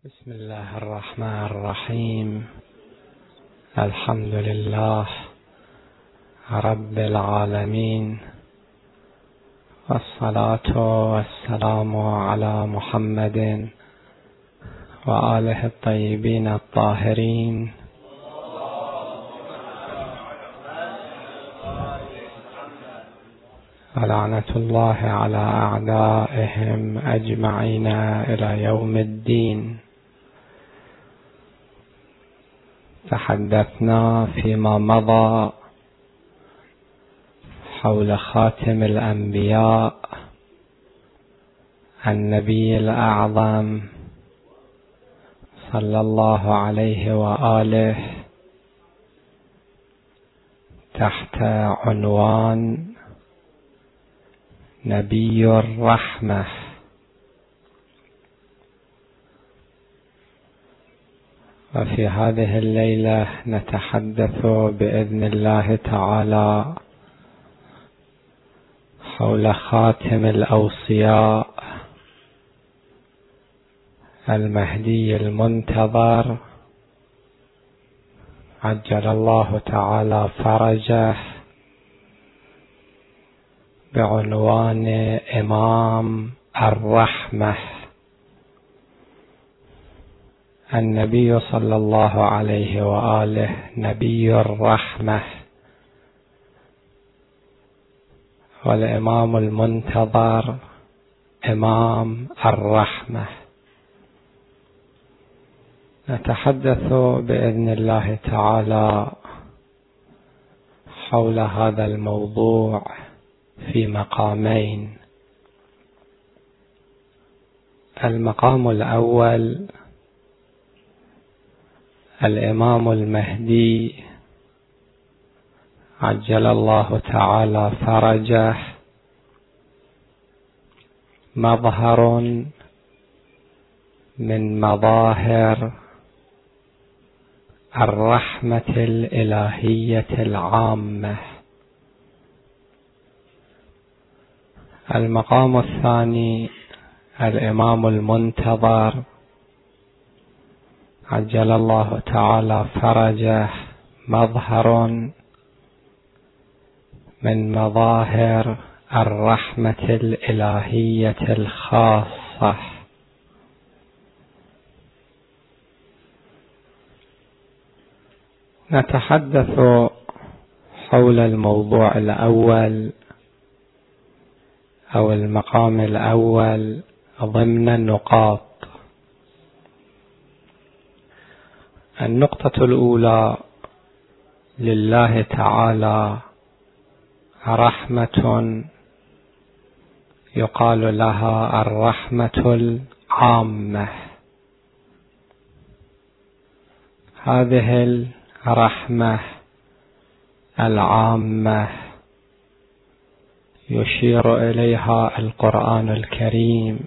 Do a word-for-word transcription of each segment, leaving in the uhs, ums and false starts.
بسم الله الرحمن الرحيم. الحمد لله رب العالمين، والصلاة والسلام على محمد وآله الطيبين الطاهرين، ولعنة الله على أعدائهم أجمعين إلى يوم الدين. تحدثنا فيما مضى حول خاتم الأنبياء النبي الأعظم صلى الله عليه وآله تحت عنوان نبي الرحمة. وفي هذه الليلة نتحدث بإذن الله تعالى حول خاتم الأوصياء المهدي المنتظر عجل الله تعالى فرجه، بعنوان إمام الرحمة. النبي صلى الله عليه وآله نبي الرحمة، والإمام المنتظر إمام الرحمة. نتحدث بإذن الله تعالى حول هذا الموضوع في مقامين. المقام الأول الإمام المهدي عجل الله تعالى فرجه، مظهر من مظاهر الرحمة الإلهية العامة. المقام الثاني الإمام المنتظر عجل الله تعالى فرجه، مظهر من مظاهر الرحمة الإلهية الخاصة. نتحدث حول الموضوع الأول أو المقام الأول ضمن النقاط. النقطة الأولى: لله تعالى رحمة يقال لها الرحمة العامة. هذه الرحمة العامة يشير إليها القرآن الكريم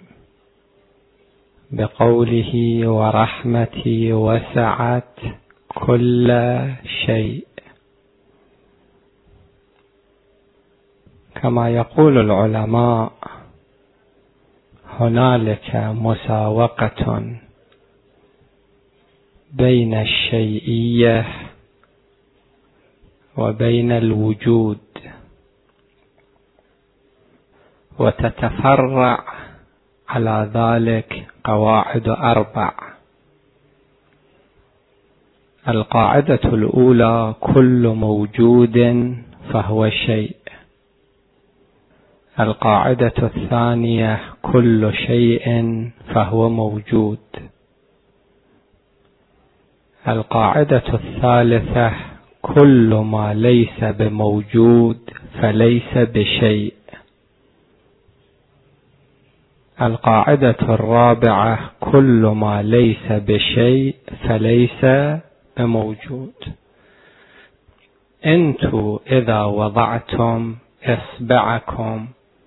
بقوله: ورحمتي وسعت كل شيء. كما يقول العلماء: هنالك مساوقة بين الشيئية وبين الوجود، وتتفرع على ذلك قواعد أربع. القاعدة الأولى: كل موجود فهو شيء. القاعدة الثانية: كل شيء فهو موجود. القاعدة الثالثة: كل ما ليس بموجود فليس بشيء. القاعدة الرابعة: كل ما ليس بشيء فليس بموجود. أنتم إذا وضعتم إصبعكم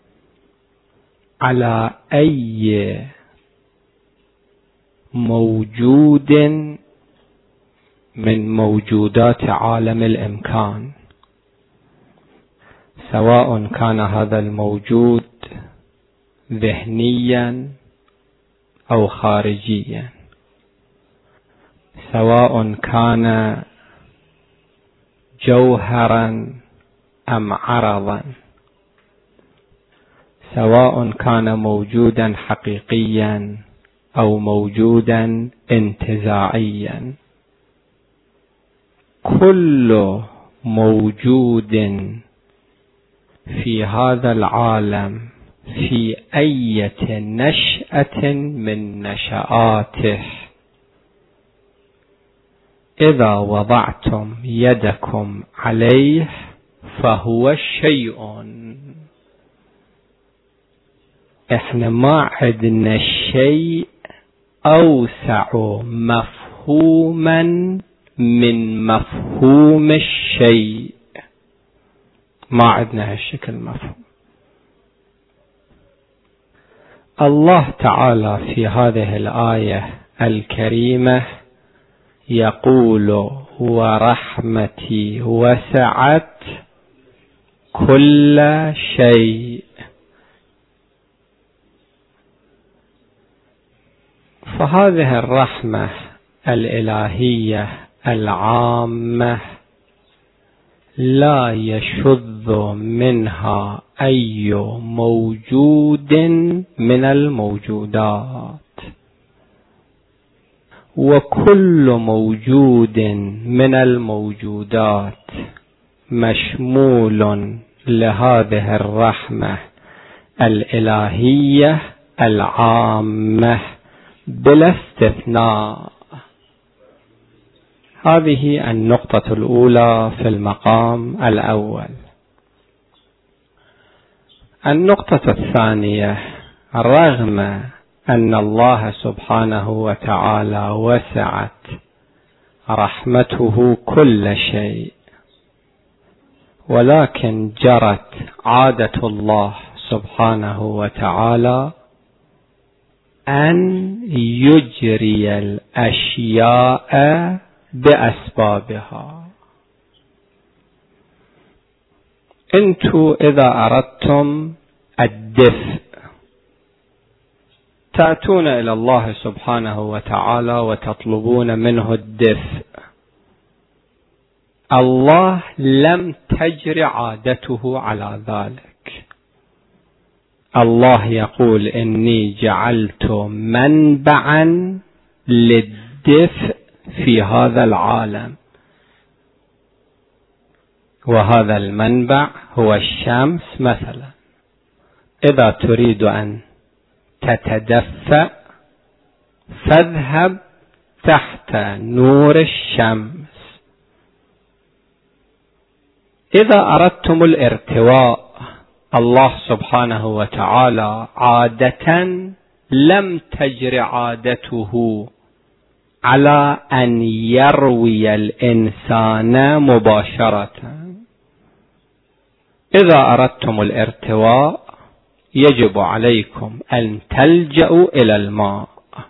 على أي موجود من موجودات عالم الإمكان، سواء كان هذا الموجود ذهنيا أو خارجيا، سواء كان جوهرا أم عرضا، سواء كان موجودا حقيقيا أو موجودا انتزاعيا، كل موجود في هذا العالم في أي نشأة من نشآته إذا وضعتم يدكم عليه فهو شيء. احنا ما عندنا شيء أوسع مفهوما من مفهوم الشيء، ما عندنا هالشكل مفهوم. الله تعالى في هذه الآية الكريمة يقول: ورحمتي وسعت كل شيء. فهذه الرحمة الإلهية العامة لا يشذ منها أي موجود من الموجودات، وكل موجود من الموجودات مشمول لهذه الرحمة الإلهية العامة بلا استثناء. هذه النقطة الأولى في المقام الأول. النقطة الثانية: رغم أن الله سبحانه وتعالى وسعت رحمته كل شيء، ولكن جرت عادة الله سبحانه وتعالى أن يجري الأشياء بأسبابها. أنتم إذا أردتم الدفء تأتون إلى الله سبحانه وتعالى وتطلبون منه الدفء. الله لم تجر عادته على ذلك. الله يقول: إني جعلت منبعا للدفء في هذا العالم، وهذا المنبع هو الشمس مثلا. إذا تريد أن تتدفأ فاذهب تحت نور الشمس. إذا أردتم الارتواء، الله سبحانه وتعالى عادة لم تجر عادته على أن يروي الإنسان مباشرة. إذا أردتم الارتواء يجب عليكم أن تلجأوا إلى الماء.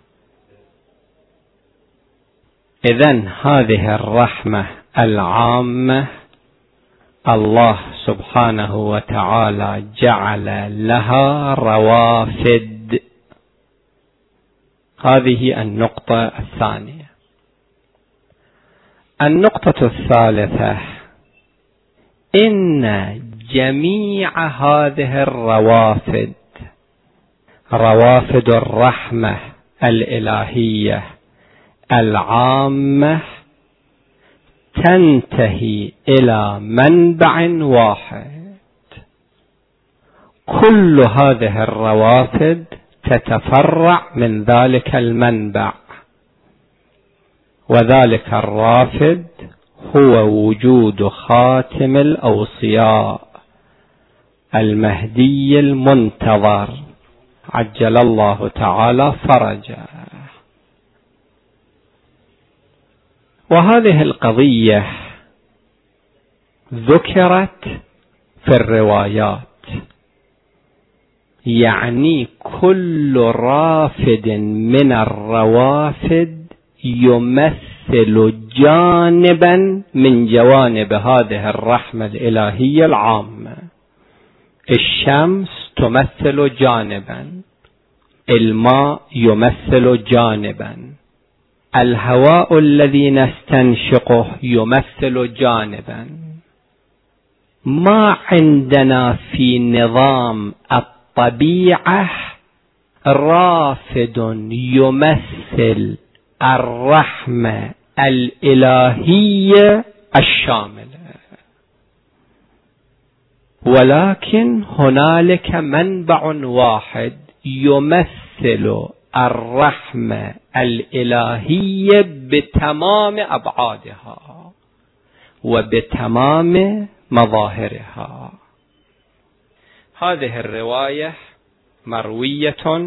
إذن هذه الرحمة العامة الله سبحانه وتعالى جعل لها روافد. هذه النقطة الثانية. النقطة الثالثة: إن جميع هذه الروافد، روافد الرحمة الإلهية العامة، تنتهي إلى منبع واحد. كل هذه الروافد تتفرع من ذلك المنبع، وذلك الرافد هو وجود خاتم الأوصياء المهدي المنتظر عجل الله تعالى فرجه. وهذه القضية ذكرت في الروايات، يعني كل رافد من الروافد يمثل جانبا من جوانب هذه الرحمة الإلهية العامة. الشمس تمثل جانبا، الماء يمثل جانبا، الهواء الذي نستنشقه يمثل جانبا، ما عندنا في نظام الطبيعة رافد يمثل الرحمة الإلهية الشاملة، ولكن هنالك منبع واحد يمثل الرحمة الإلهية بتمام أبعادها وبتمام مظاهرها. هذه الرواية مروية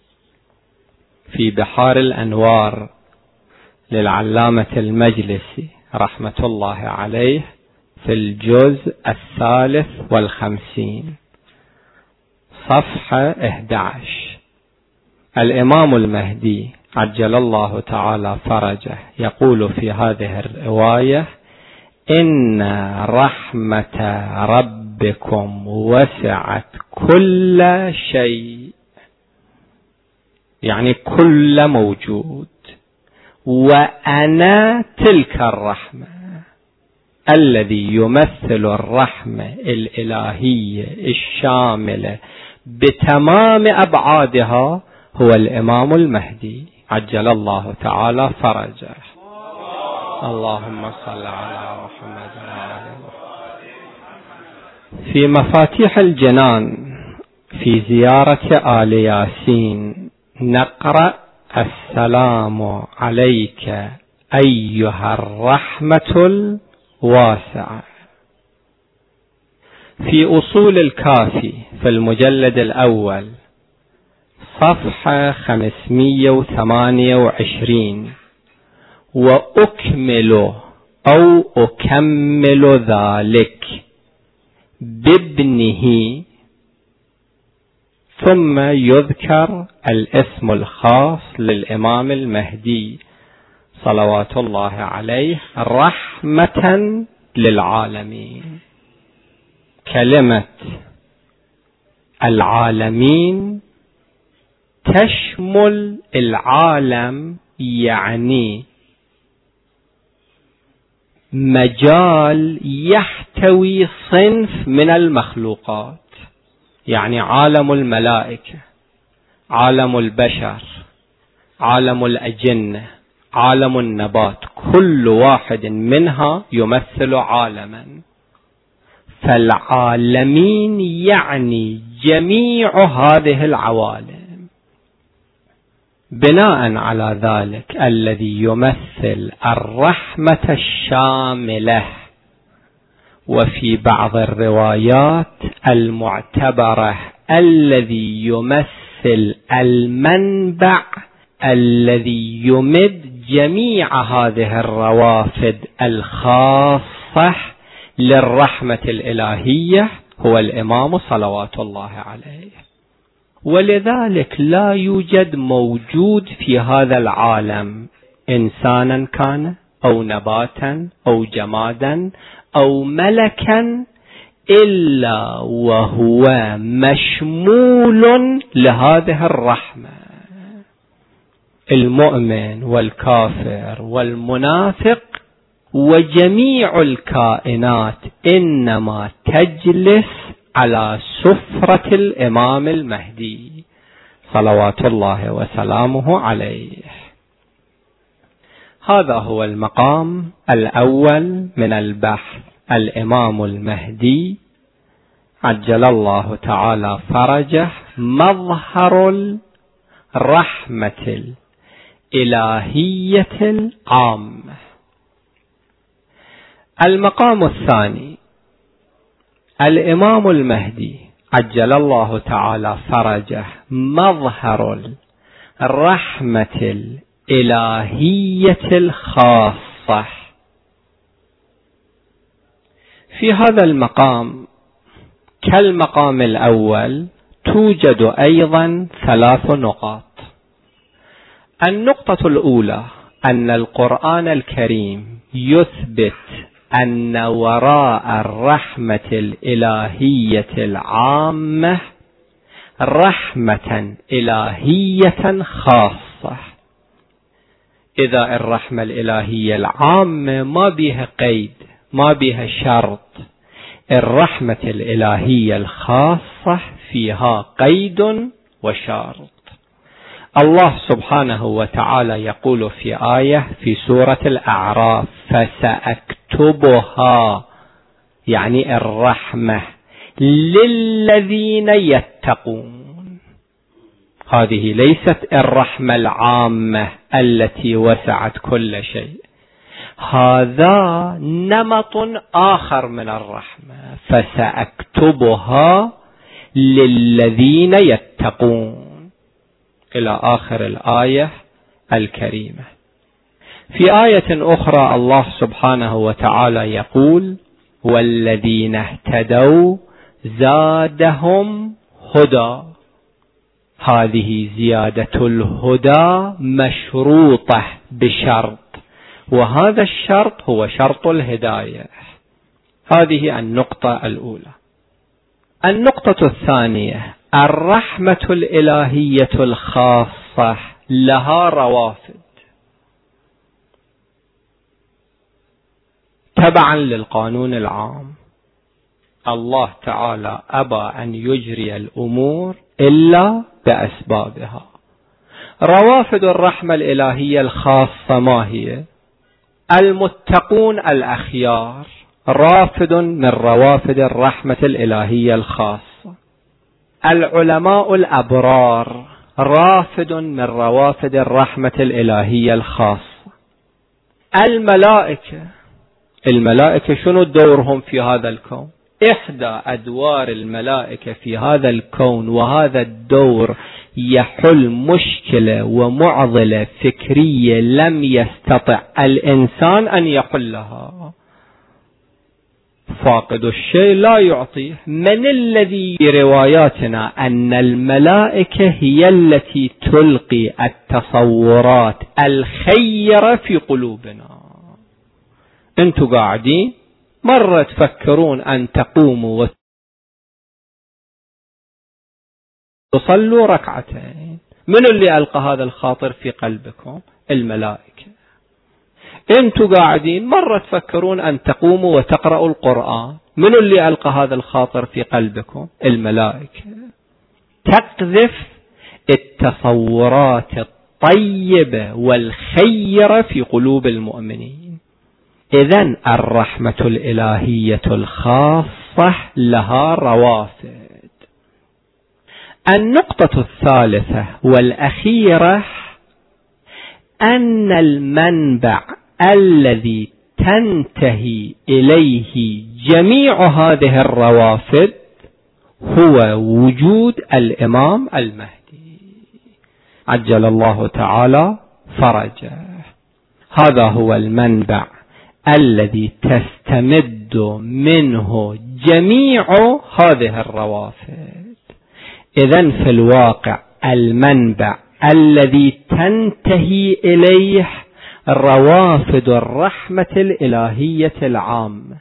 في بحار الأنوار للعلامة المجلسي رحمة الله عليه في الجزء الثالث والخمسين صفحة أحد عشر. الإمام المهدي عجل الله تعالى فرجه يقول في هذه الرواية: إن رحمة ربكم وسعت كل شيء، يعني كل موجود، وأنا تلك الرحمة. الذي يمثل الرحمة الإلهية الشاملة بتمام أبعادها هو الإمام المهدي عجل الله تعالى فرجه. اللهم صل على محمد وعلى آله. في مفاتيح الجنان في زيارة آل ياسين نقرأ: السلام عليك أيها الرحمة الواسعة. في أصول الكافي في المجلد الأول صفحة خمسمائة وثمانية وعشرين: وأكمل أو أكمل ذلك بابنه، ثم يذكر الاسم الخاص للإمام المهدي صلوات الله عليه رحمة للعالمين. كلمة العالمين تشمل العالم، يعني مجال يحتوي صنف من المخلوقات، يعني عالم الملائكة، عالم البشر، عالم الأجنة، عالم النبات، كل واحد منها يمثل عالما. فالعالمين يعني جميع هذه العوالم. بناء على ذلك الذي يمثل الرحمة الشاملة، وفي بعض الروايات المعتبرة الذي يمثل المنبع الذي يمد جميع هذه الروافد الخاصة للرحمة الإلهية هو الإمام صلوات الله عليه. ولذلك لا يوجد موجود في هذا العالم، إنسانا كان أو نباتا أو جمادا أو ملكا، إلا وهو مشمول لهذه الرحمة. المؤمن والكافر والمنافق وجميع الكائنات إنما تجلس على سفرة الإمام المهدي صلوات الله وسلامه عليه. هذا هو المقام الأول من البحث. الإمام المهدي عجل الله تعالى فرجه مظهر الرحمة الإلهية العامة. المقام الثاني: الإمام المهدي عجل الله تعالى فرجه مظهر الرحمة الإلهية الخاصة. في هذا المقام كالمقام الأول توجد أيضا ثلاث نقاط. النقطة الأولى أن القرآن الكريم يثبت أن وراء الرحمة الإلهية العامة رحمة إلهية خاصة. إذا الرحمة الإلهية العامة ما بها قيد، ما بها شرط. الرحمة الإلهية الخاصة فيها قيد وشرط. الله سبحانه وتعالى يقول في آية في سورة الأعراف: فسأكتبها، يعني الرحمة للذين يتقون. هذه ليست الرحمة العامة التي وسعت كل شيء، هذا نمط آخر من الرحمة. فسأكتبها للذين يتقون إلى آخر الآية الكريمة. في آية أخرى الله سبحانه وتعالى يقول: والذين اهتدوا زادهم هدى. هذه زيادة الهدى مشروطة بشرط، وهذا الشرط هو شرط الهداية. هذه النقطة الأولى. النقطة الثانية: الرحمة الإلهية الخاصة لها روافد تبعا للقانون العام. الله تعالى أبى أن يجري الأمور إلا بأسبابها. روافد الرحمة الإلهية الخاصة ما هي؟ المتقون الأخيار رافد من روافد الرحمة الإلهية الخاصة. العلماء الأبرار رافد من روافد الرحمة الإلهية الخاصة. الملائكة الملائكة شنو دورهم في هذا الكون؟ إحدى أدوار الملائكة في هذا الكون، وهذا الدور يحل مشكلة ومعضلة فكرية لم يستطع الإنسان أن يحلها. فاقد الشيء لا يعطيه. من الذي برواياتنا أن الملائكة هي التي تلقي التصورات الخيرة في قلوبنا؟ أنتوا قاعدين مرة تفكرون أن تقوموا وتصلوا ركعتين، من اللي ألقى هذا الخاطر في قلبكم؟ الملائكة. أنتوا قاعدين مرة تفكرون أن تقوموا وتقرأوا القرآن، من اللي ألقى هذا الخاطر في قلبكم؟ الملائكة. تقذف التصورات الطيبة والخيرة في قلوب المؤمنين. إذن الرحمة الإلهية الخاصة لها روافد. النقطة الثالثة والأخيرة: أن المنبع الذي تنتهي إليه جميع هذه الروافد هو وجود الإمام المهدي عجل الله تعالى فرجه. هذا هو المنبع الذي تستمد منه جميع هذه الروافد. إذن في الواقع المنبع الذي تنتهي إليه روافد الرحمة الإلهية العامة،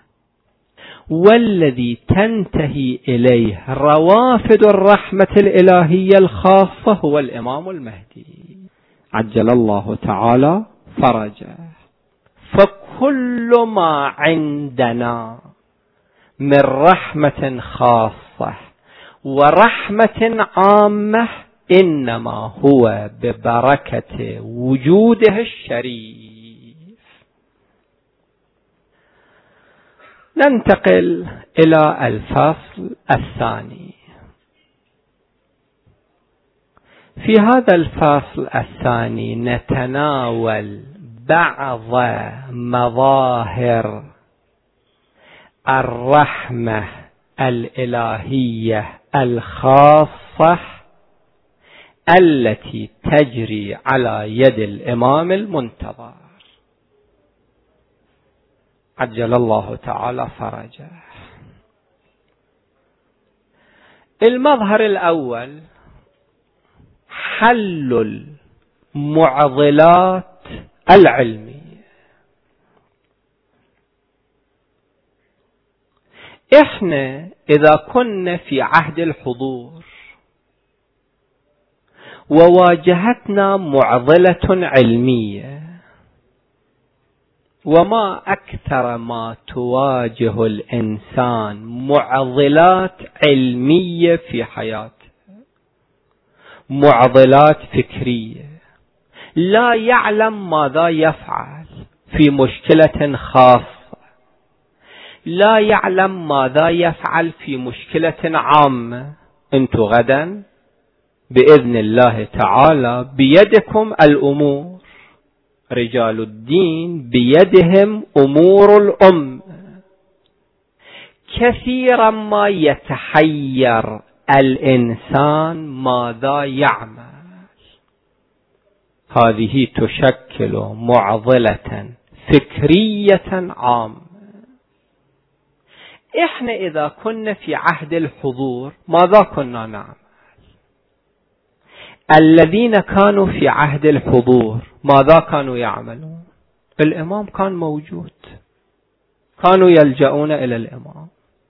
والذي تنتهي إليه روافد الرحمة الإلهية الخاصة هو الإمام المهدي عجل الله تعالى فرجه. فكل ما عندنا من رحمة خاصة ورحمة عامة إنما هو ببركة وجوده الشريف. ننتقل إلى الفصل الثاني. في هذا الفصل الثاني نتناول بعض مظاهر الرحمة الإلهية الخاصة التي تجري على يد الإمام المنتظر عجل الله تعالى فرجه. المظهر الأول: حل المعضلات العلمية. إحنا إذا كنا في عهد الحضور وواجهتنا معضلة علمية وما أكثر ما تواجه الإنسان معضلات علمية في حياته، معضلات فكرية، لا يعلم ماذا يفعل في مشكلة خاصة، لا يعلم ماذا يفعل في مشكلة عامة. أنتم غدا بإذن الله تعالى بيدكم الأمور، رجال الدين بيدهم أمور الأمة. كثيرا ما يتحير الإنسان ماذا يعمل. هذه تشكل معضلة فكرية عامة. إحنا إذا كنا في عهد الحضور ماذا كنا نعمل؟ الذين كانوا في عهد الحضور ماذا كانوا يعملون؟ الإمام كان موجود، كانوا يلجؤون إلى الإمام.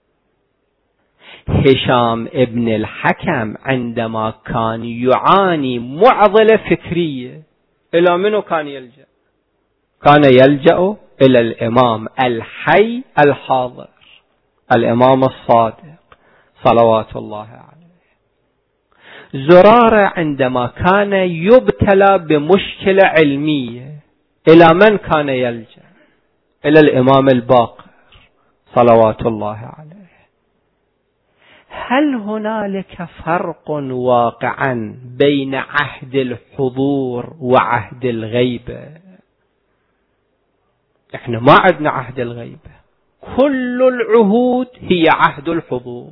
هشام ابن الحكم عندما كان يعاني معضلة فكرية إلى منو كان يلجأ؟ كان يلجأ إلى الإمام الحي الحاضر، الإمام الصادق صلوات الله عليه. زرارة عندما كان يبتلى بمشكلة علمية إلى من كان يلجأ؟ إلى الإمام الباقر صلوات الله عليه. هل هنالك فرق واقعا بين عهد الحضور وعهد الغيبة؟ احنا ما عندنا عهد الغيبة، كل العهود هي عهد الحضور.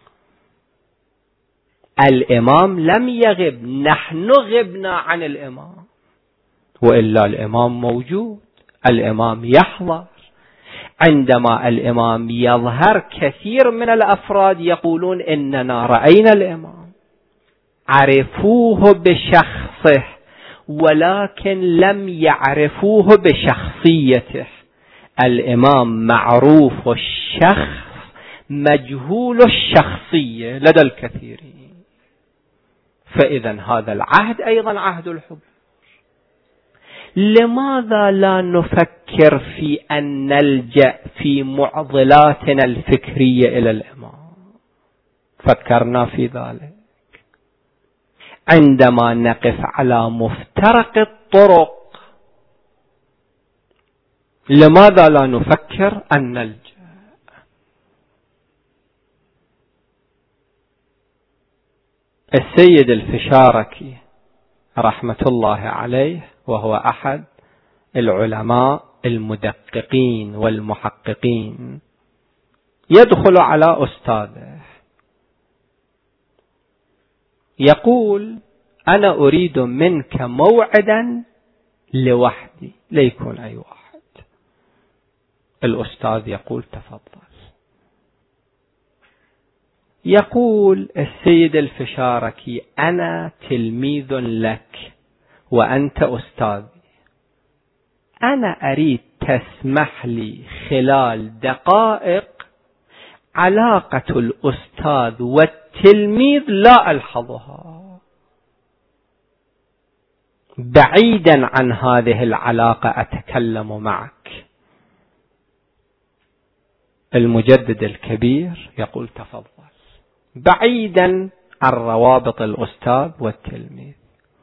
الإمام لم يغب، نحن غبنا عن الإمام، وإلا الإمام موجود، الإمام يحضر. عندما الإمام يظهر كثير من الأفراد يقولون إننا رأينا الإمام، عرفوه بشخصه ولكن لم يعرفوه بشخصيته. الإمام معروف الشخص مجهول الشخصية لدى الكثيرين. فإذا هذا العهد أيضا عهد الحضور. لماذا لا نفكر في أن نلجأ في معضلاتنا الفكرية إلى الإمام؟ فكرنا في ذلك عندما نقف على مفترق الطرق. لماذا لا نفكر أن نلجأ؟ السيد الفشاركي رحمة الله عليه، وهو أحد العلماء المدققين والمحققين، يدخل على أستاذه يقول: أنا أريد منك موعدا لوحدي، لا يكون أي واحد. الأستاذ يقول: تفضل. يقول السيد الفشاركي: أنا تلميذ لك وأنت أستاذي، أنا أريد تسمح لي خلال دقائق علاقة الأستاذ والتلميذ لا ألحظها، بعيدا عن هذه العلاقة أتكلم معك. المجدد الكبير يقول: تفضل، بعيدا عن روابط الأستاذ والتلميذ.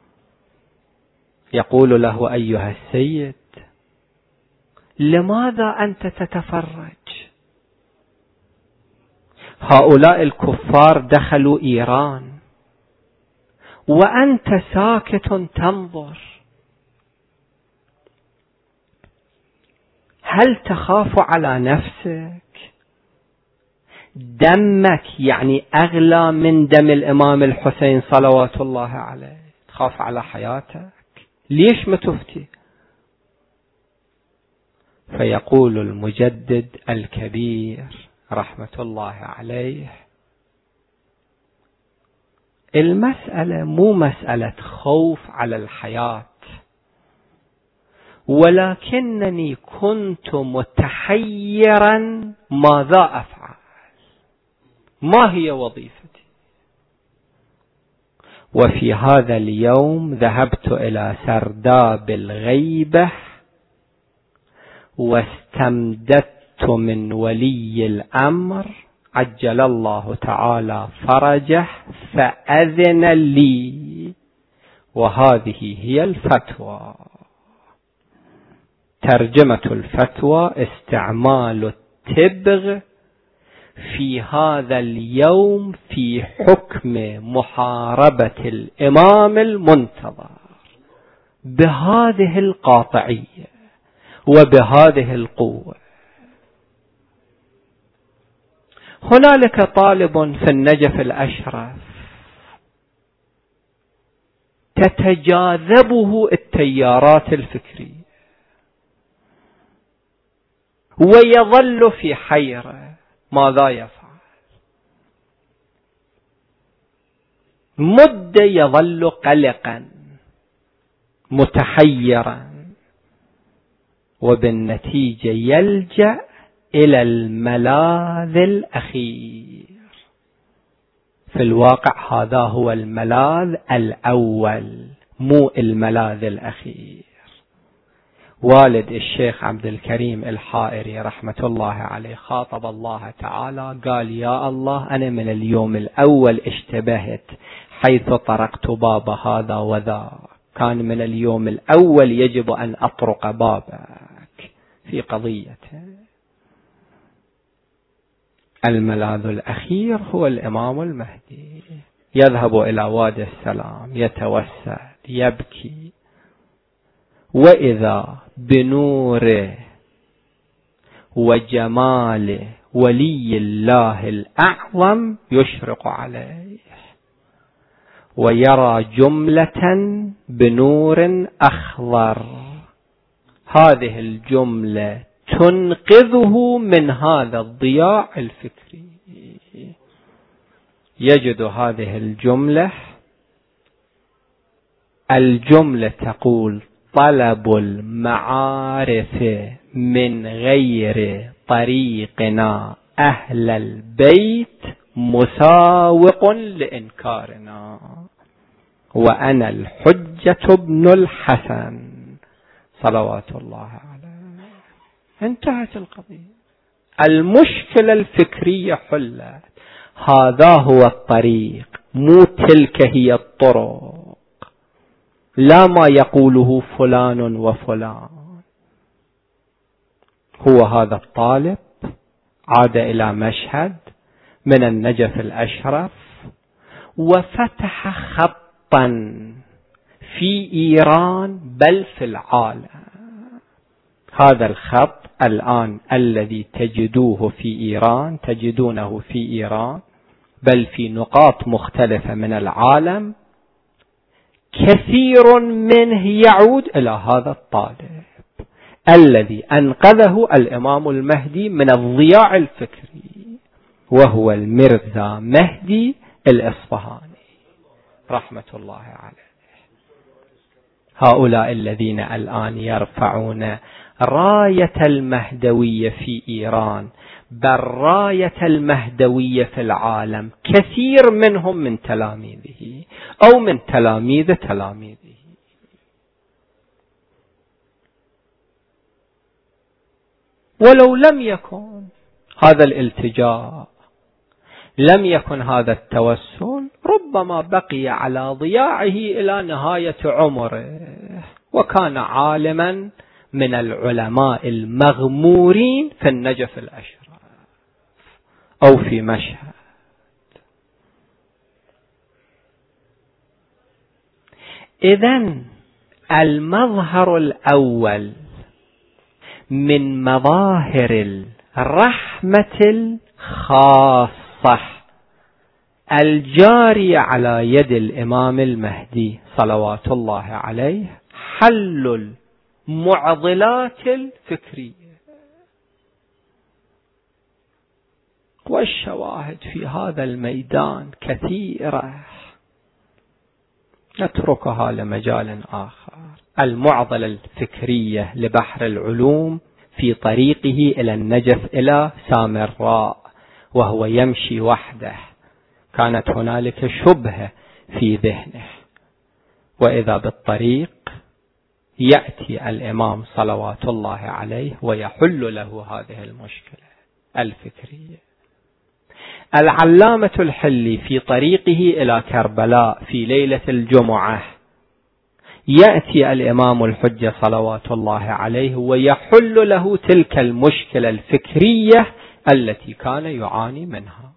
يقول له: أيها السيد، لماذا أنت تتفرج؟ هؤلاء الكفار دخلوا إيران وأنت ساكت تنظر. هل تخاف على نفسك؟ دمك يعني أغلى من دم الإمام الحسين صلوات الله عليه، تخاف على حياتك، ليش ما تفتي؟ فيقول المجدد الكبير رحمة الله عليه: المسألة مو مسألة خوف على الحياة، ولكنني كنت متحيرا ماذا أفعل، ما هي وظيفتي. وفي هذا اليوم ذهبت إلى سرداب الغيبة واستمددت من ولي الأمر عجل الله تعالى فرجه فأذن لي، وهذه هي الفتوى. ترجمة الفتوى: استعمال التبغ في هذا اليوم في حكم محاربة الإمام المنتظر بهذه القاطعية وبهذه القوة. هنالك طالب في النجف الأشرف تتجاذبه التيارات الفكرية ويظل في حيرة، ماذا يفعل؟ مدة يظل قلقا متحيرا، وبالنتيجة يلجأ إلى الملاذ الأخير. في الواقع هذا هو الملاذ الأول مو الملاذ الأخير. والد الشيخ عبد الكريم الحائري رحمة الله عليه خاطب الله تعالى قال: يا الله، أنا من اليوم الأول اشتبهت حيث طرقت باب هذا وذاك، كان من اليوم الأول يجب أن أطرق بابك في قضيته. الملاذ الأخير هو الإمام المهدي، يذهب إلى وادي السلام يتوسل يبكي، وإذا بنور وجمال ولي الله الأعظم يشرق عليه، ويرى جملة بنور أخضر، هذه الجملة تنقذه من هذا الضياع الفكري. يجد هذه الجملة الجملة تقول: طلب المعارف من غير طريقنا أهل البيت مساوق لإنكارنا، وأنا الحجة ابن الحسن صلوات الله عليه. انتهت القضية، المشكلة الفكرية حلت. هذا هو الطريق، مو تلك هي الطرق، لا ما يقوله فلان وفلان. هو هذا الطالب عاد إلى مشهد من النجف الأشرف وفتح خطا في إيران بل في العالم. هذا الخط الآن الذي تجدوه في إيران تجدونه في إيران بل في نقاط مختلفة من العالم، كثير منه يعود إلى هذا الطالب الذي أنقذه الإمام المهدي من الضياع الفكري، وهو الميرزا مهدي الإصفهاني رحمة الله عليه. هؤلاء الذين الآن يرفعون راية المهدوية في إيران بل راية المهدوية في العالم، كثير منهم من تلاميذه أو من تلاميذ تلاميذه. ولو لم يكن هذا الالتجاء، لم يكن هذا التوسل، ربما بقي على ضياعه إلى نهاية عمره، وكان عالما من العلماء المغمورين في النجف الأشرف أو في مشهد. إذن المظهر الأول من مظاهر الرحمة الخاصة الجارية على يد الإمام المهدي صلوات الله عليه حل المعضلات الفكرية، والشواهد في هذا الميدان كثيرة نتركها لمجال آخر. المعضلة الفكرية لبحر العلوم في طريقه إلى النجف إلى سامراء وهو يمشي وحده، كانت هنالك شبهة في ذهنه، وإذا بالطريق يأتي الإمام صلوات الله عليه ويحل له هذه المشكلة الفكرية. العلامة الحلي في طريقه إلى كربلاء في ليلة الجمعة يأتي الإمام الحجة صلوات الله عليه ويحل له تلك المشكلة الفكرية التي كان يعاني منها.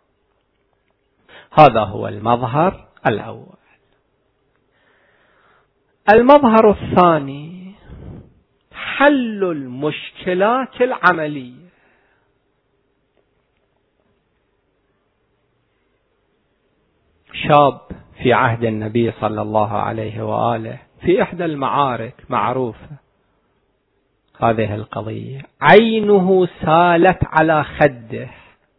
هذا هو المظهر الأول. المظهر الثاني حل المشكلات العملية. شاب في عهد النبي صلى الله عليه وآله في إحدى المعارك معروفة هذه القضية، عينه سالت على خده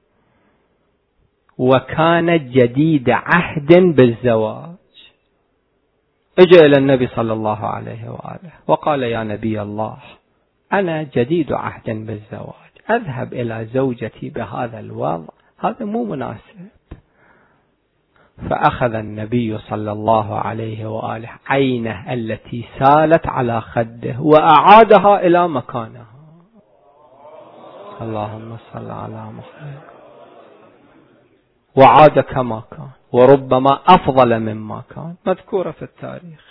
وكان جديد عهد بالزواج. اجى إلى النبي صلى الله عليه وآله وقال: يا نبي الله، أنا جديد عهد بالزواج، أذهب إلى زوجتي بهذا الوضع، هذا مو مناسب. فأخذ النبي صلى الله عليه وآله عينه التي سالت على خده وأعادها إلى مكانها. اللهم صل على محمد. وعاد كما كان، وربما أفضل مما كان، مذكورة في التاريخ.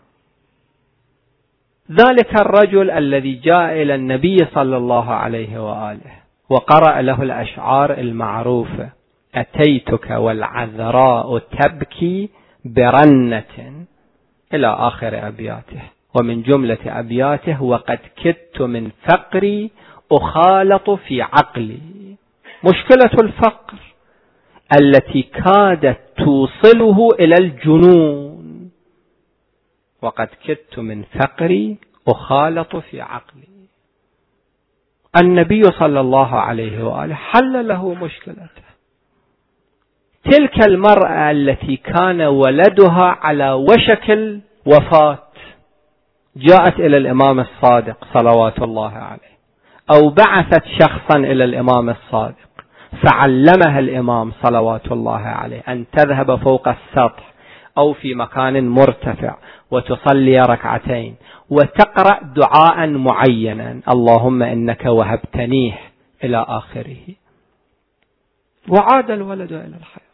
ذلك الرجل الذي جاء إلى النبي صلى الله عليه وآله وقرأ له الأشعار المعروفة: أتيتك والعذراء تبكي برنة، إلى آخر أبياته. ومن جملة أبياته: وقد كدت من فقري أخالط في عقلي. مشكلة الفقر التي كادت توصله إلى الجنون. وقد كدت من فقري أخالط في عقلي. النبي صلى الله عليه وآله حل له مشكلته. تلك المرأة التي كان ولدها على وشك الوفاة جاءت إلى الإمام الصادق صلوات الله عليه، أو بعثت شخصا إلى الإمام الصادق فعلمها الإمام صلوات الله عليه أن تذهب فوق السطح أو في مكان مرتفع وتصلي ركعتين وتقرأ دعاء معينا: اللهم إنك وهبتنيه، إلى آخره. وعاد الولد إلى الحياة.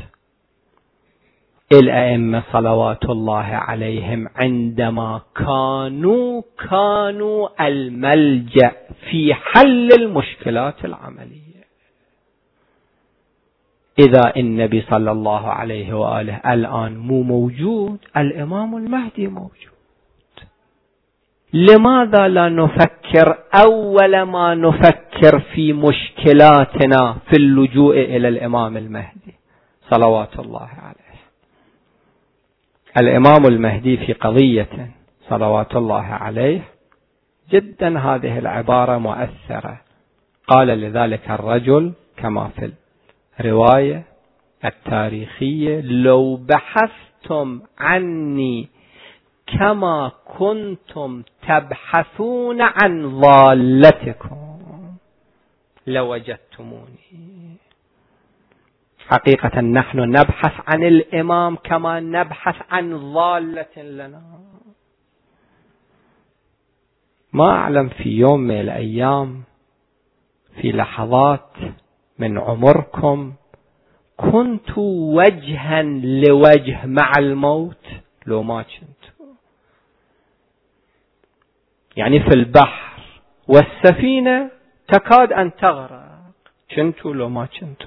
الأئمة صلوات الله عليهم عندما كانوا كانوا الملجأ في حل المشكلات العملية. إذا النبي صلى الله عليه وآله الآن مو موجود، الإمام المهدي موجود. لماذا لا نفكر أول ما نفكر في مشكلاتنا في اللجوء إلى الإمام المهدي صلوات الله عليه؟ الإمام المهدي في قضية صلوات الله عليه جدا هذه العبارة مؤثرة. قال لذلك الرجل كما في الرواية التاريخية: لو بحثتم عني كما كنتم تبحثون عن ضالتكم لوجدتموني. حقيقة نحن نبحث عن الإمام كما نبحث عن ضالة لنا. ما أعلم في يوم من الأيام في لحظات من عمركم كنت وجها لوجه مع الموت لو ما كنت، يعني في البحر والسفينة تكاد أن تغرق، كنت لو ما كنت.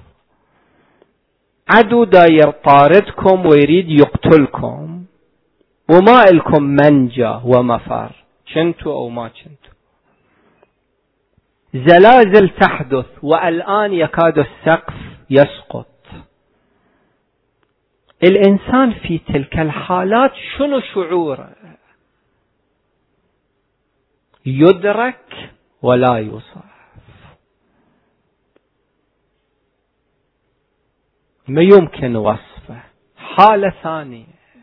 عدو داير طاردكم ويريد يقتلكم وما لكم منجا ومفر، كنتوا أو ما كنتوا. زلازل تحدث والآن يكاد السقف يسقط. الإنسان في تلك الحالات شنو شعوره؟ يدرك ولا يوصف. ما يمكن وصفه. حالة ثانية،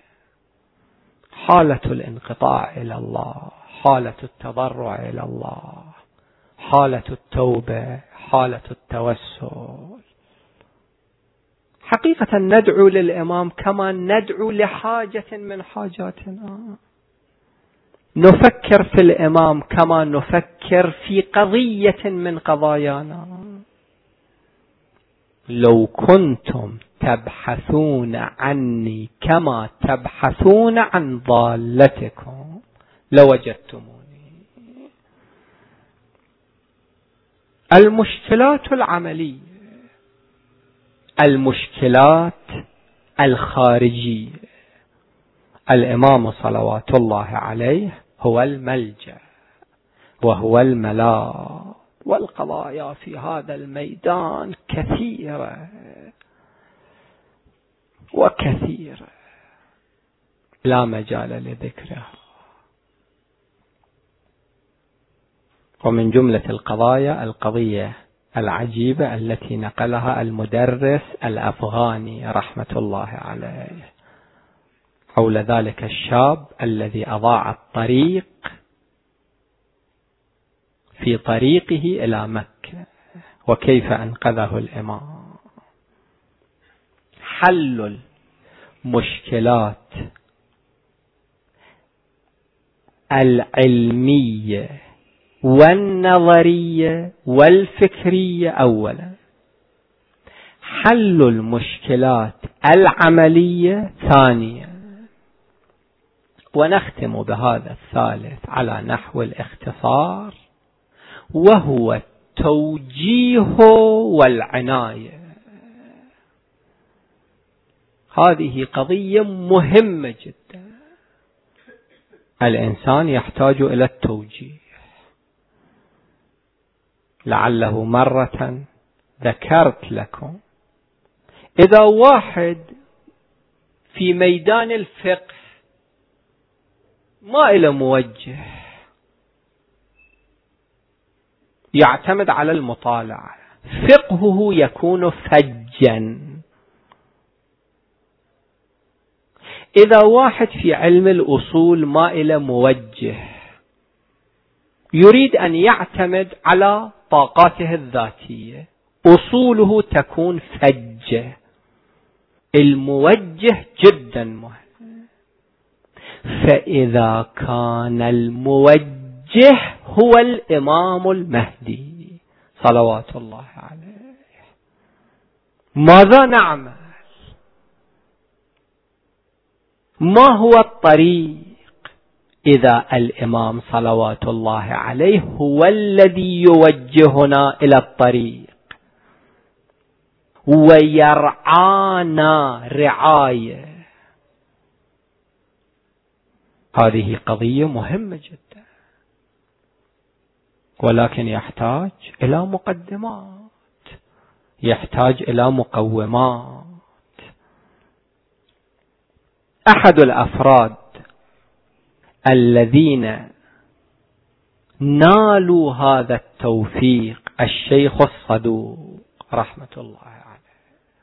حالة الانقطاع إلى الله، حالة التضرع إلى الله، حالة التوبة، حالة التوسل. حقيقة ندعو للإمام كما ندعو لحاجة من حاجاتنا. نفكر في الإمام كما نفكر في قضية من قضايانا. لو كنتم تبحثون عني كما تبحثون عن ضالتكم لوجدتموني. المشكلات العملية، المشكلات الخارجية، الإمام صلوات الله عليه هو الملجأ وهو الملاذ، والقضايا في هذا الميدان كثيرة وكثيرة لا مجال لذكرها. ومن جملة القضايا القضية العجيبة التي نقلها المدرس الأفغاني رحمة الله عليه حول ذلك الشاب الذي أضاع الطريق في طريقه إلى مكة وكيف أنقذه الإمام. حل المشكلات العلمية والنظرية والفكرية أولا، حل المشكلات العملية ثانيا، ونختم بهذا الثالث على نحو الاختصار، وهو التوجيه والعناية. هذه قضية مهمة جدا. الإنسان يحتاج إلى التوجيه. لعله مرة ذكرت لكم إذا واحد في ميدان الفقه ما إلى موجه، يعتمد على المطالعة، فقهه يكون فجا. إذا واحد في علم الأصول ما إلى موجه، يريد أن يعتمد على طاقاته الذاتية، أصوله تكون فجة. الموجه جدا مهم. فإذا كان الموجه هو الإمام المهدي صلوات الله عليه، ماذا نعمل؟ ما هو الطريق إذا الإمام صلوات الله عليه هو الذي يوجهنا إلى الطريق ويرعانا رعاية؟ هذه قضية مهمة جدا، ولكن يحتاج إلى مقدمات، يحتاج إلى مقومات. أحد الأفراد الذين نالوا هذا التوفيق الشيخ الصدوق رحمة الله عليه.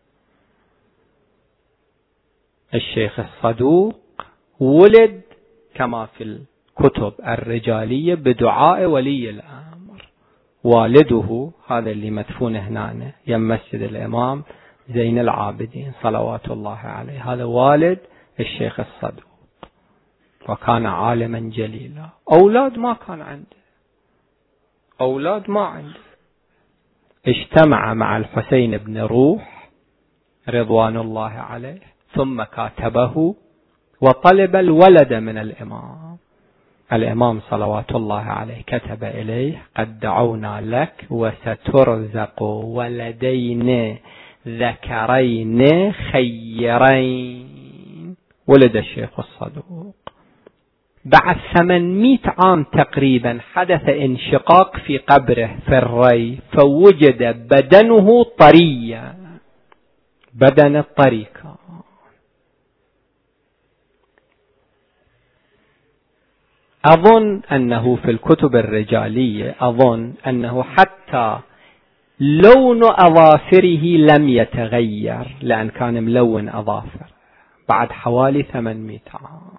الشيخ الصدوق ولد كما في الكتب الرجالية بدعاء ولي الأمر. والده هذا اللي مدفون هنا يم مسجد الإمام زين العابدين صلوات الله عليه، هذا والد الشيخ الصدوق، وكان عالما جليلا. أولاد ما كان عنده، أولاد ما عنده. اجتمع مع الحسين بن روح رضوان الله عليه، ثم كاتبه وطلب الولد من الإمام. الإمام صلوات الله عليه كتب إليه: قد دعونا لك وسترزق ولدين ذكرين خيرين. ولد الشيخ الصدوق. بعد ثمانمائة عام تقريبا حدث انشقاق في قبره في الري، فوجد بدنه طريا، بدن الطريقة. أظن أنه في الكتب الرجالية أظن أنه حتى لون أظافره لم يتغير، لأن كان ملون أظافر بعد حوالي ثمانمائة عام.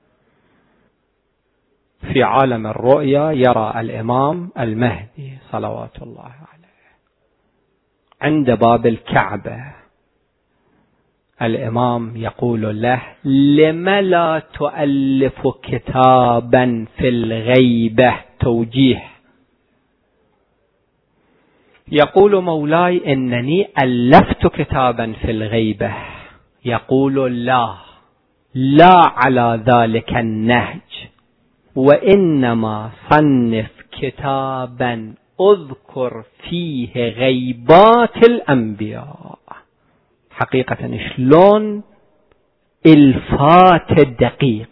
في عالم الرؤيا يرى الإمام المهدي صلوات الله عليه عند باب الكعبة. الإمام يقول له: لم لا تؤلف كتابا في الغيبة؟ توجيه. يقول: مولاي إنني ألفت كتابا في الغيبة. يقول: لا لا على ذلك النهج، وإنما صنف كتابا أذكر فيه غيبات الأنبياء. حقيقة شلون الفات دقيق.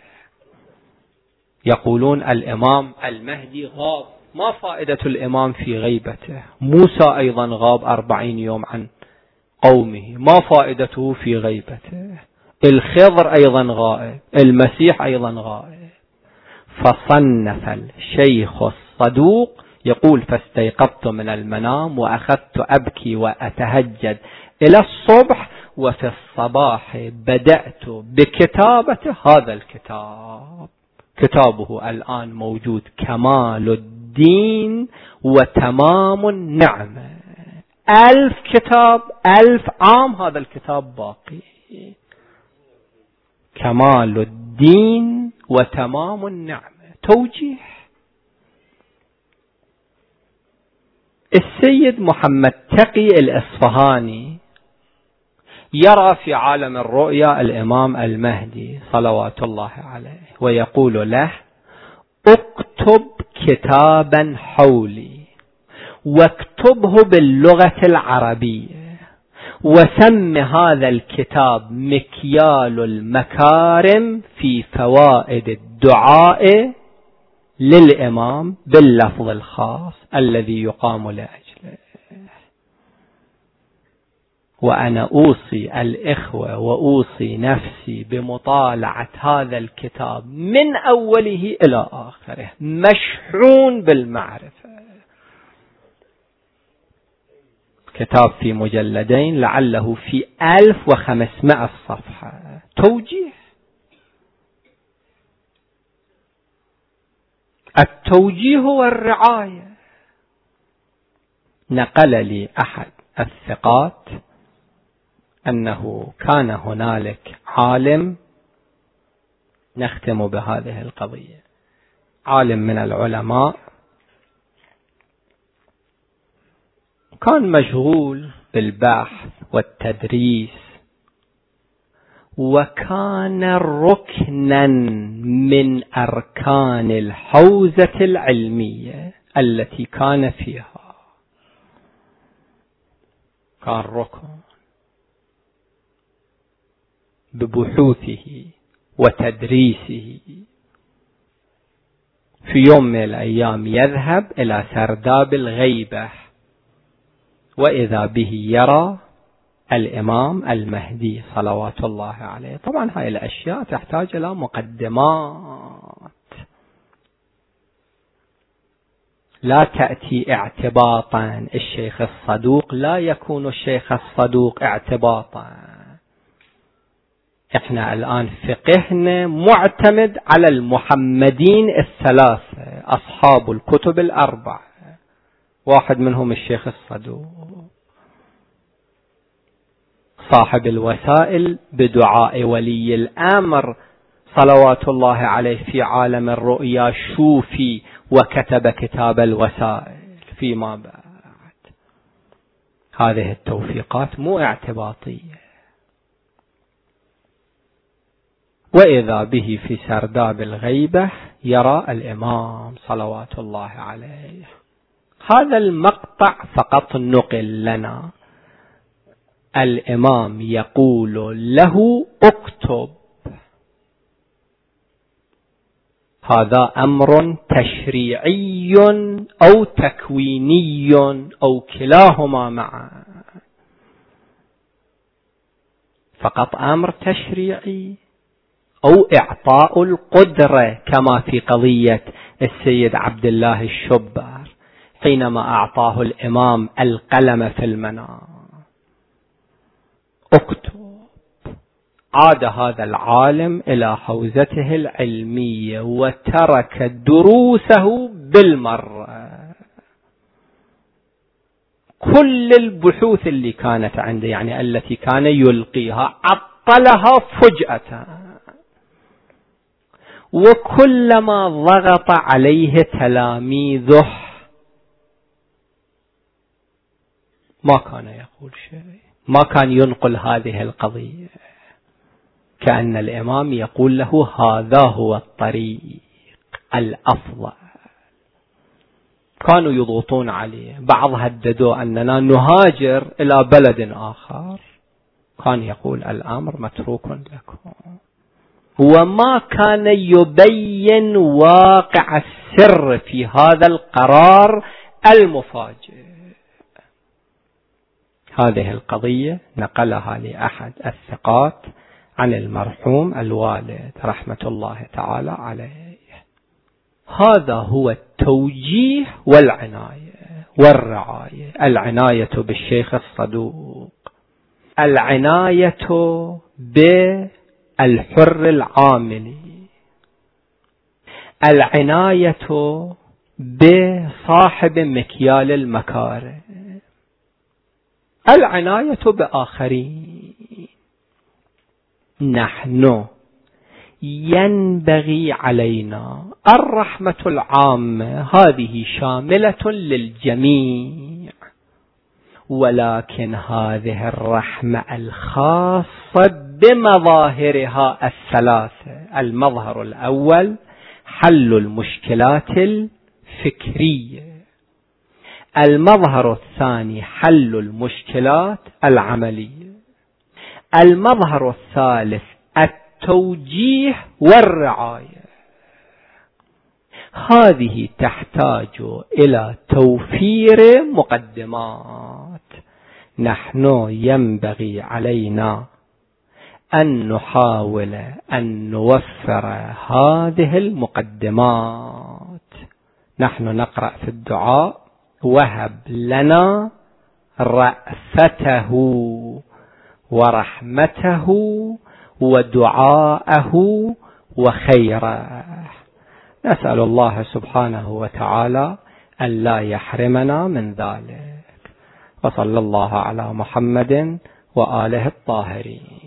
يقولون الإمام المهدي غاب، ما فائدة الإمام في غيبته؟ موسى أيضا غاب أربعين يوم عن قومه، ما فائدته في غيبته؟ الخضر أيضا غائب، المسيح أيضا غائب. فصنف الشيخ الصدوق يقول: فاستيقظت من المنام وأخذت أبكي وأتهجد إلى الصبح، وفي الصباح بدأت بكتابة هذا الكتاب. كتابه الآن موجود، كمال الدين وتمام النعمة. ألف كتاب، ألف عام هذا الكتاب باقي. كمال الدين وتمام النعمة. توجيه. السيد محمد تقي الإصفهاني يرى في عالم الرؤيا الإمام المهدي صلوات الله عليه، ويقول له: اكتب كتابا حولي، واكتبه باللغة العربية، وسم هذا الكتاب مكيال المكارم في فوائد الدعاء للإمام باللفظ الخاص الذي يقام لأجله. وأنا أوصي الإخوة وأوصي نفسي بمطالعة هذا الكتاب من أوله إلى آخره، مشحون بالمعرفة. كتاب في مجلدين، لعله في ألف وخمسمائة صفحة. توجيه. التوجيه والرعاية. نقل لي أحد الثقات أنه كان هنالك عالم، نختم بهذه القضية، عالم من العلماء كان مشغول بالبحث والتدريس، وكان ركنا من أركان الحوزة العلمية التي كان فيها. كان ركن ببحوثه وتدريسه. في يوم من الأيام يذهب إلى سرداب الغيبة، وإذا به يرى الإمام المهدي صلوات الله عليه. طبعا هاي الأشياء تحتاج إلى مقدمات، لا تأتي اعتباطا. الشيخ الصدوق لا يكون الشيخ الصدوق اعتباطا. احنا الآن فقهنا معتمد على المحمدين الثلاثة أصحاب الكتب الأربعة، واحد منهم الشيخ الصدوق صاحب الوسائل بدعاء ولي الأمر صلوات الله عليه في عالم الرؤيا شوفي، وكتب كتاب الوسائل فيما بعد. هذه التوفيقات مو اعتباطية. وإذا به في سرداب الغيبة يرى الإمام صلوات الله عليه. هذا المقطع فقط نقل لنا. الإمام يقول له: اكتب. هذا أمر تشريعي أو تكويني أو كلاهما معا. فقط أمر تشريعي أو إعطاء القدرة، كما في قضية السيد عبد الله الشبار حينما أعطاه الإمام القلم في المنام. اكتب. عاد هذا العالم إلى حوزته العلمية وترك دروسه بالمرة. كل البحوث اللي كانت عنده، يعني التي كان يلقيها، عطلها فجأة. وكلما ضغط عليه تلاميذه ما كان يقول شيء، ما كان ينقل هذه القضية، كأن الإمام يقول له هذا هو الطريق الأفضل. كانوا يضغطون عليه، بعض هددوا أننا نهاجر إلى بلد آخر، كان يقول الأمر متروك لكم. وما كان يبين واقع السر في هذا القرار المفاجئ. هذه القضية نقلها لأحد الثقات عن المرحوم الوالد رحمة الله تعالى عليه. هذا هو التوجيه والعناية والرعاية. العناية بالشيخ الصدوق، العناية بالحر العاملي، العناية بصاحب مكيال المكارم، العناية بآخرين. نحن ينبغي علينا الرحمة العامة، هذه شاملة للجميع، ولكن هذه الرحمة الخاصة بمظاهرها الثلاثة. المظهر الأول حل المشكلات الفكرية، المظهر الثاني حل المشكلات العملية، المظهر الثالث التوجيه والرعاية. هذه تحتاج إلى توفير مقدمات. نحن ينبغي علينا أن نحاول أن نوفر هذه المقدمات. نحن نقرأ في الدعاء وهب لنا رأفته ورحمته ودعاءه وخيره. نسأل الله سبحانه وتعالى أن لا يحرمنا من ذلك. وصلى الله على محمد وآله الطاهرين.